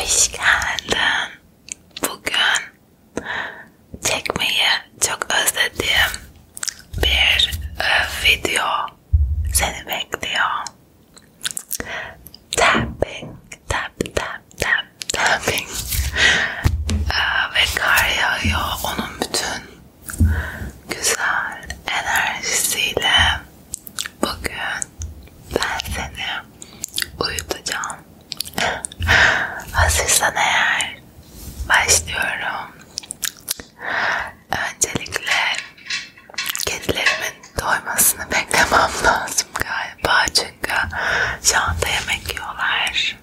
Hoş geldin. Bugün çekmeyi çok özlediğim bir video seni bekliyor. Tapping, tapping. Ve kar yağıyor. Onun bütün güzel enerjisiyle bugün ben seni uyutacağım. Hazırsan eğer başlıyorum. Öncelikle kedilerimin doymasını beklemem lazım galiba, çünkü şu anda yemek yiyorlar.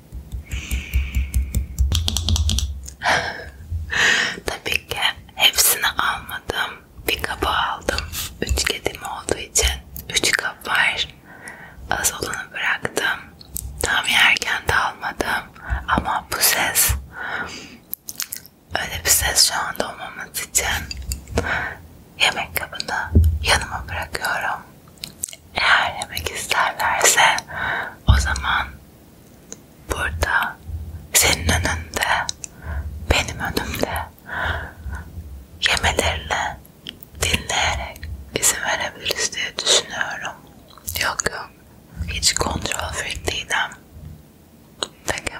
Tabii ki hepsini almadım. Bir kaba aldım. 3 kedim olduğu için 3 kap var. Az olanı bıraktım. Tam yerken de almadım. Ama bu ses, öyle bir ses şu anda olmaması için yemek kabını yanıma bırakıyorum. Eğer yemek isterlerse o zaman burada senin önünde, benim önümde yemelerini dinleyerek izin verebiliriz diye düşünüyorum. Yok, hiç kontrol freak değilim. Peki.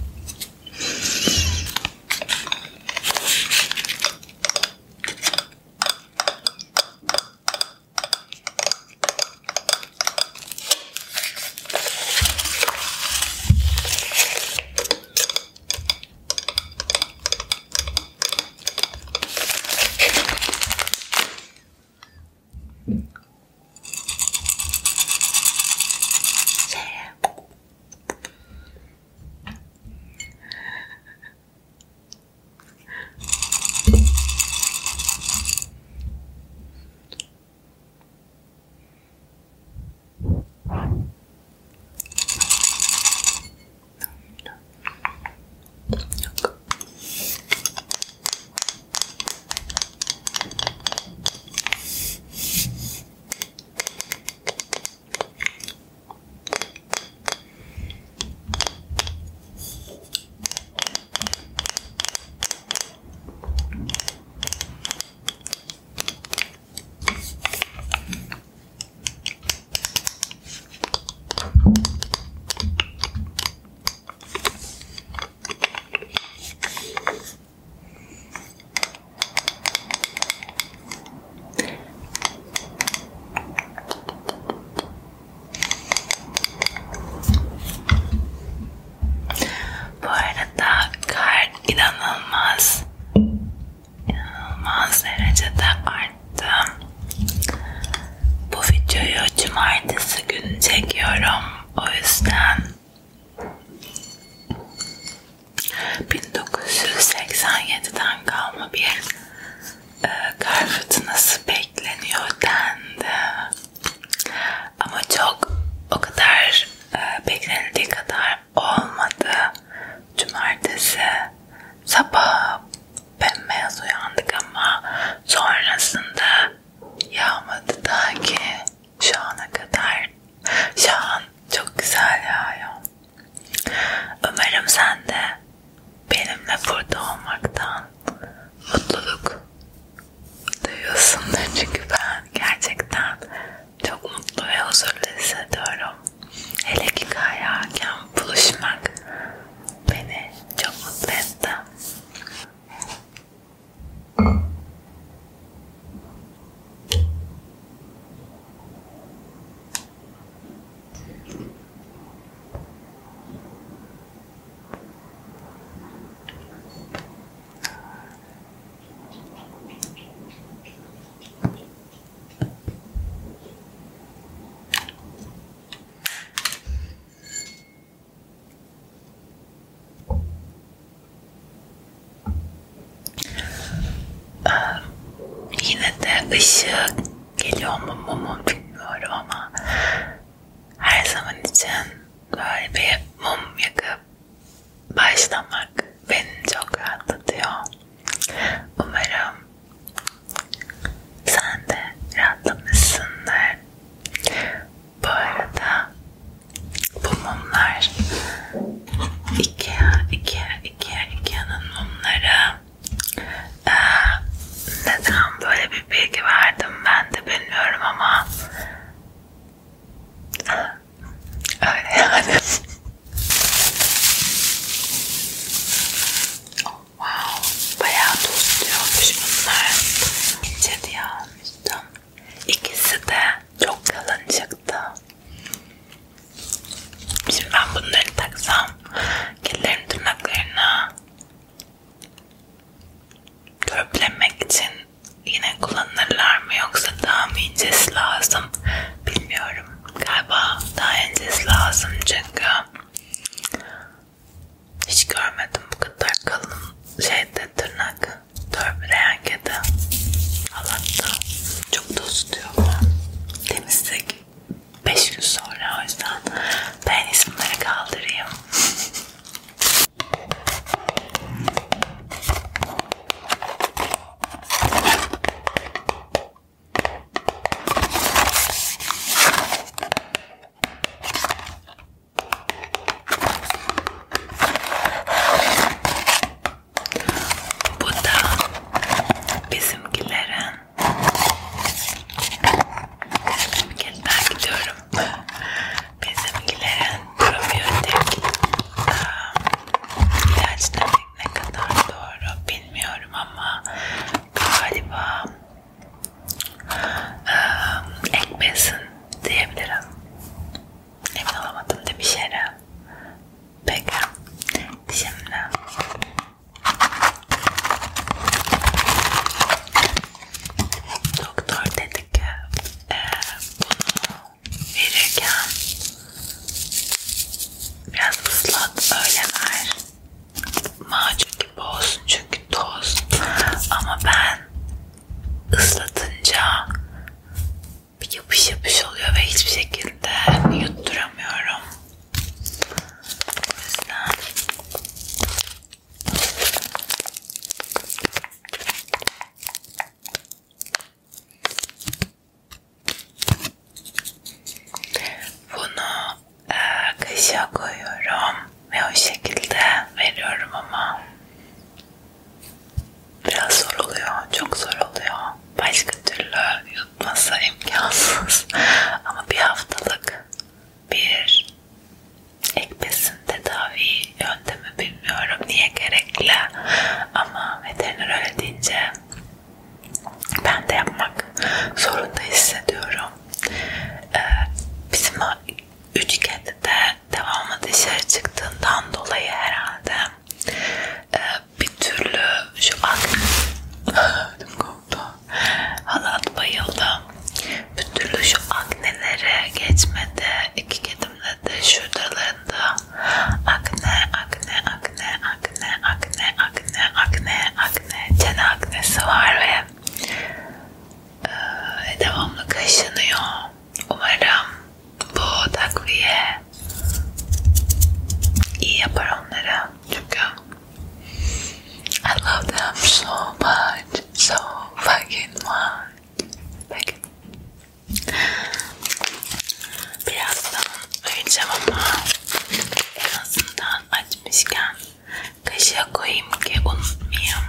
Bu arada kar inanılmaz derecede arttı. Bu videoyu cumartesi günü çekiyorum. O yüzden 1987'den kalma bir kar fırtınası bekleniyor dendi. Ama çok o kadar beklenildiği kadar olmadı. Cumartesi sabah bembeyaz uyandık ama sonrasında yağmadı daha ki şu ana kadar. Şu an çok güzel yağıyor. Umarım sen de benimle burada olmaktan mutluluk duyuyorsundur, çünkü ben gerçekten çok mutlu ve huzurlu hissediyorum. Hele ki kar yağarken buluşmak beni çok mutlu etti. Yine de ışığı geliyor mu bilmiyorum ama her zaman için böyle bir mum yakıp başlamak beni çok rahatlatıyor. Umarım sen de rahatlamışsındır. Bu arada bu mumlar Öyle yani. Oh, wow. Bayağı tuzluyormuş bunlar. İnce diye almıştım. İkisi de çok kalın çıktı. Şimdi ben bunları taksam kedilerin tırnaklarına törpülemek için yine kullanırlar mı yoksa daha mı incesi lazım bilmiyorum. Galiba daha incesi lazım çünkü hiç görmedim bu kadar kalın tırnak törpüleyen kedi. Allah'ta çok toz diyor bu. Temizlik 5 gün sonra, o yüzden ben isimleri kaldırayım. Bu da bizimkilerin, bir kez daha gidiyorum, bizimkilerin probiyotik ilaç demek ne kadar doğru bilmiyorum ama galiba ek besin diyebilirim. Emin olamadım demiş yere. Peki şimdi doktor dedi ki bunu verirken biraz ıslat, öyle ver. Macun gibi olsun çünkü toz. Ama ben ıslatınca bir yapış yapış oluyor ve hiçbir şekilde yutturamıyorum. O yüzden bunu kaşığa koyuyorum ve o şekilde veriyorum ama biraz zor oluyor, çok zor oluyor. Başka türlü yutması imkansız. Ama bir haftalık bir ek besin tedavi yöntemi bilmiyorum niye gerekli ama veteriner öyle deyince ben de yapmak zorunda hissediyorum. Bizim 3 kedi de devamlı dışarı çıktığından dolayı herhalde bir türlü şu ödüm koptu. Halat bayıldı. Bir türlü şu akneleri geçmedi. 2 kedimde de şuralarında akne, çene aknesi var ve devamlı kaşınıyor. Umarım bu takviye iyi yapar onları. Çünkü I love them so much. So fucking much. Peki. Birazdan uyuyacağım ama en azından açmışken kaşığa koyayım ki unutmayayım.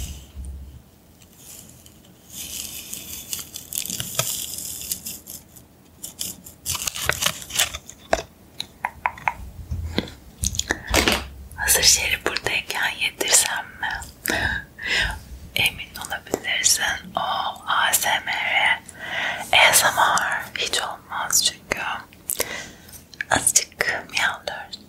Hazır şeyleri buradayken yedirsem mi? Emin olabilirsin o ASMR hiç olmaz çünkü azıcık miyavlıyoruz.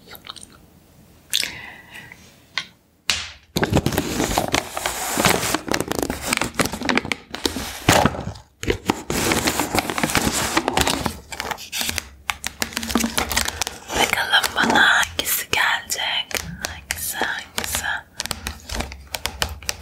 Bakalım bana hangisi gelecek? Hangisi?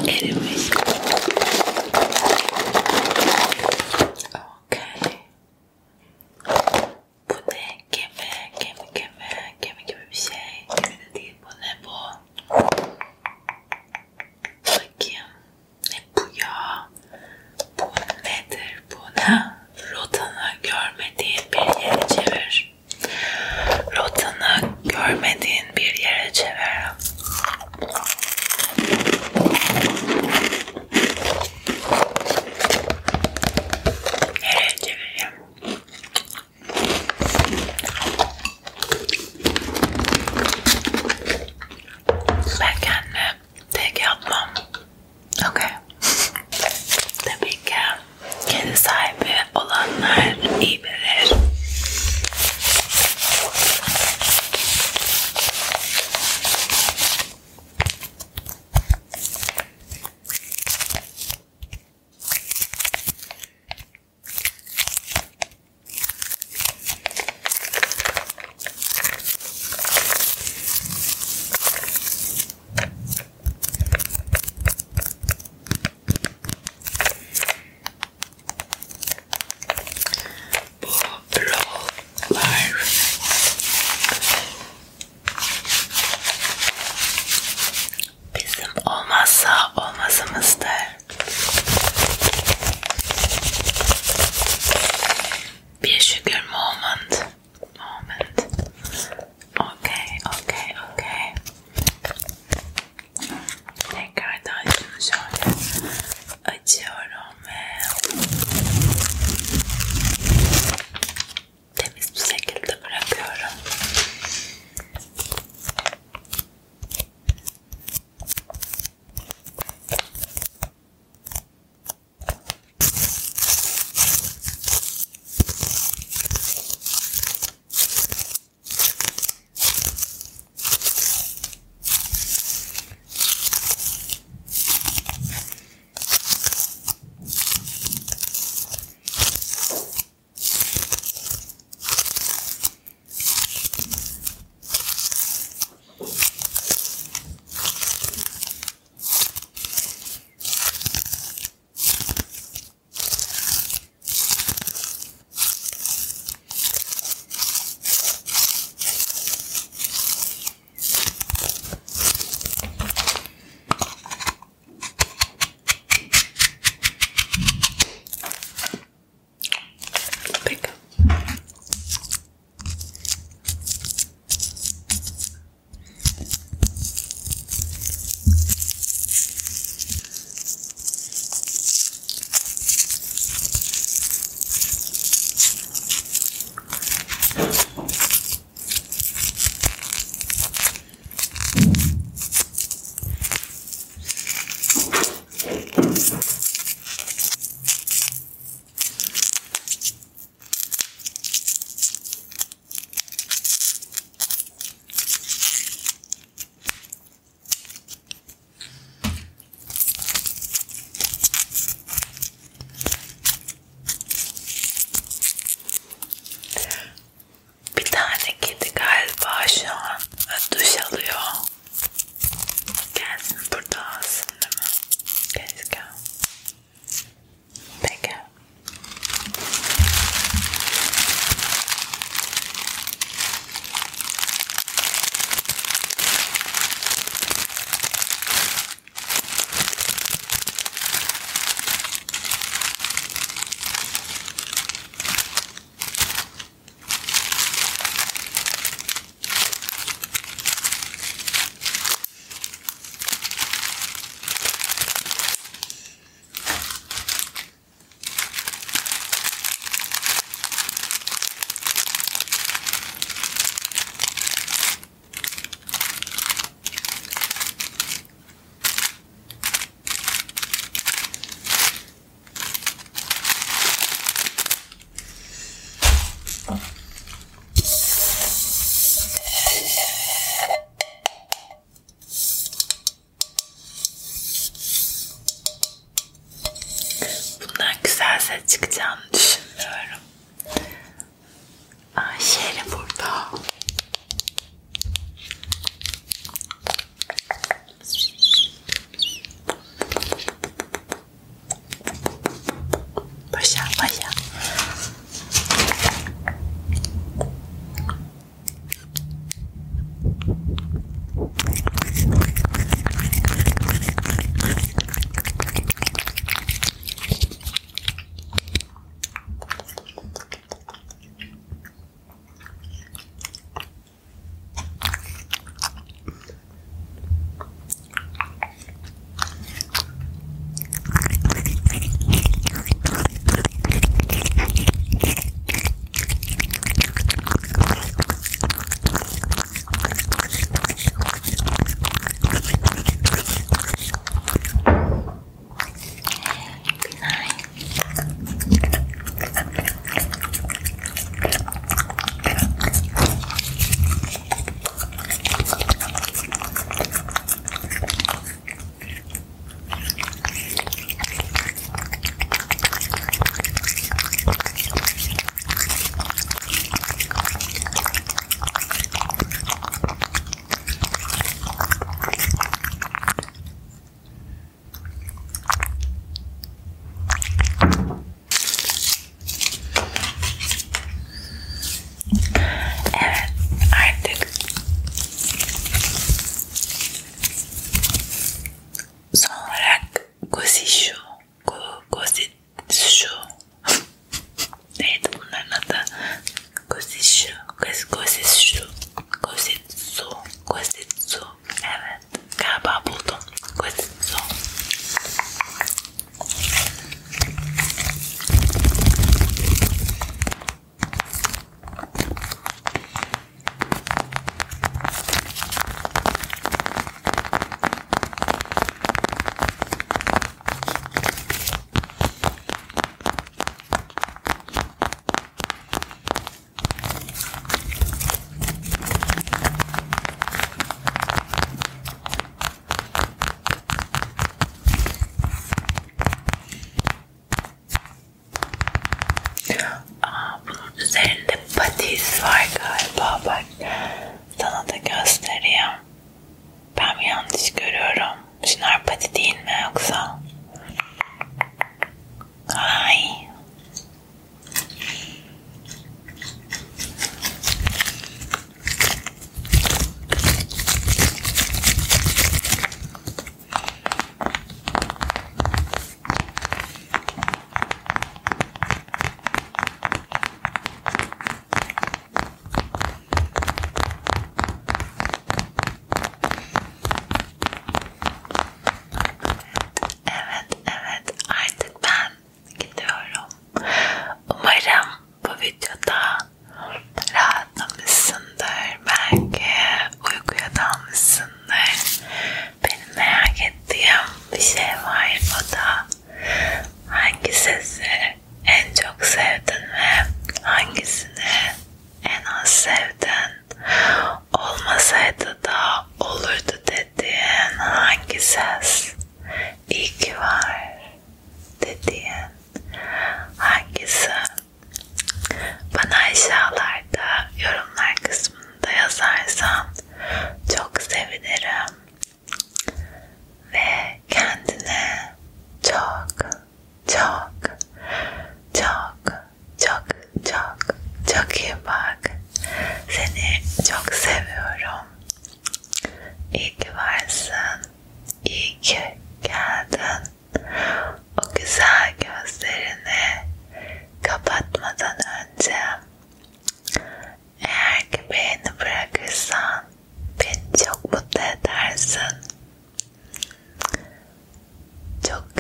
erimiş. Okay. Bu ne? Gemi gibi bir şey. Gemi de değil, bu ne bu? Bakayım. Ne bu ya? Bu nedir bu ne? Rotanı görmediğin bir yere çevir. Rotanı görmediğin bir yere çevir. Nereye çevireyim? Ben kendim tek yapmam. Okay. Tabii ki kedi sahibi olanlar iyi bilir. Bizim olmazsa olmazımızdır. Bir şükür moment. Okay. Tekrardan şunu şöyle açıyorum ve temiz bir şekilde bırakıyorum. Peki. Bir tane kedi galiba şu an duş alıyor. Gelsin burada alsın değil mi? Keşke. Peki. ses çıkacağını düşünmüyorum. Şeri burada.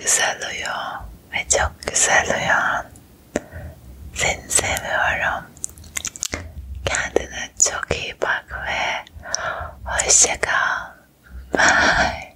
güzel uyu ve çok güzel uyan. Seni seviyorum. Kendine çok iyi bak ve hoşça kal. Bye.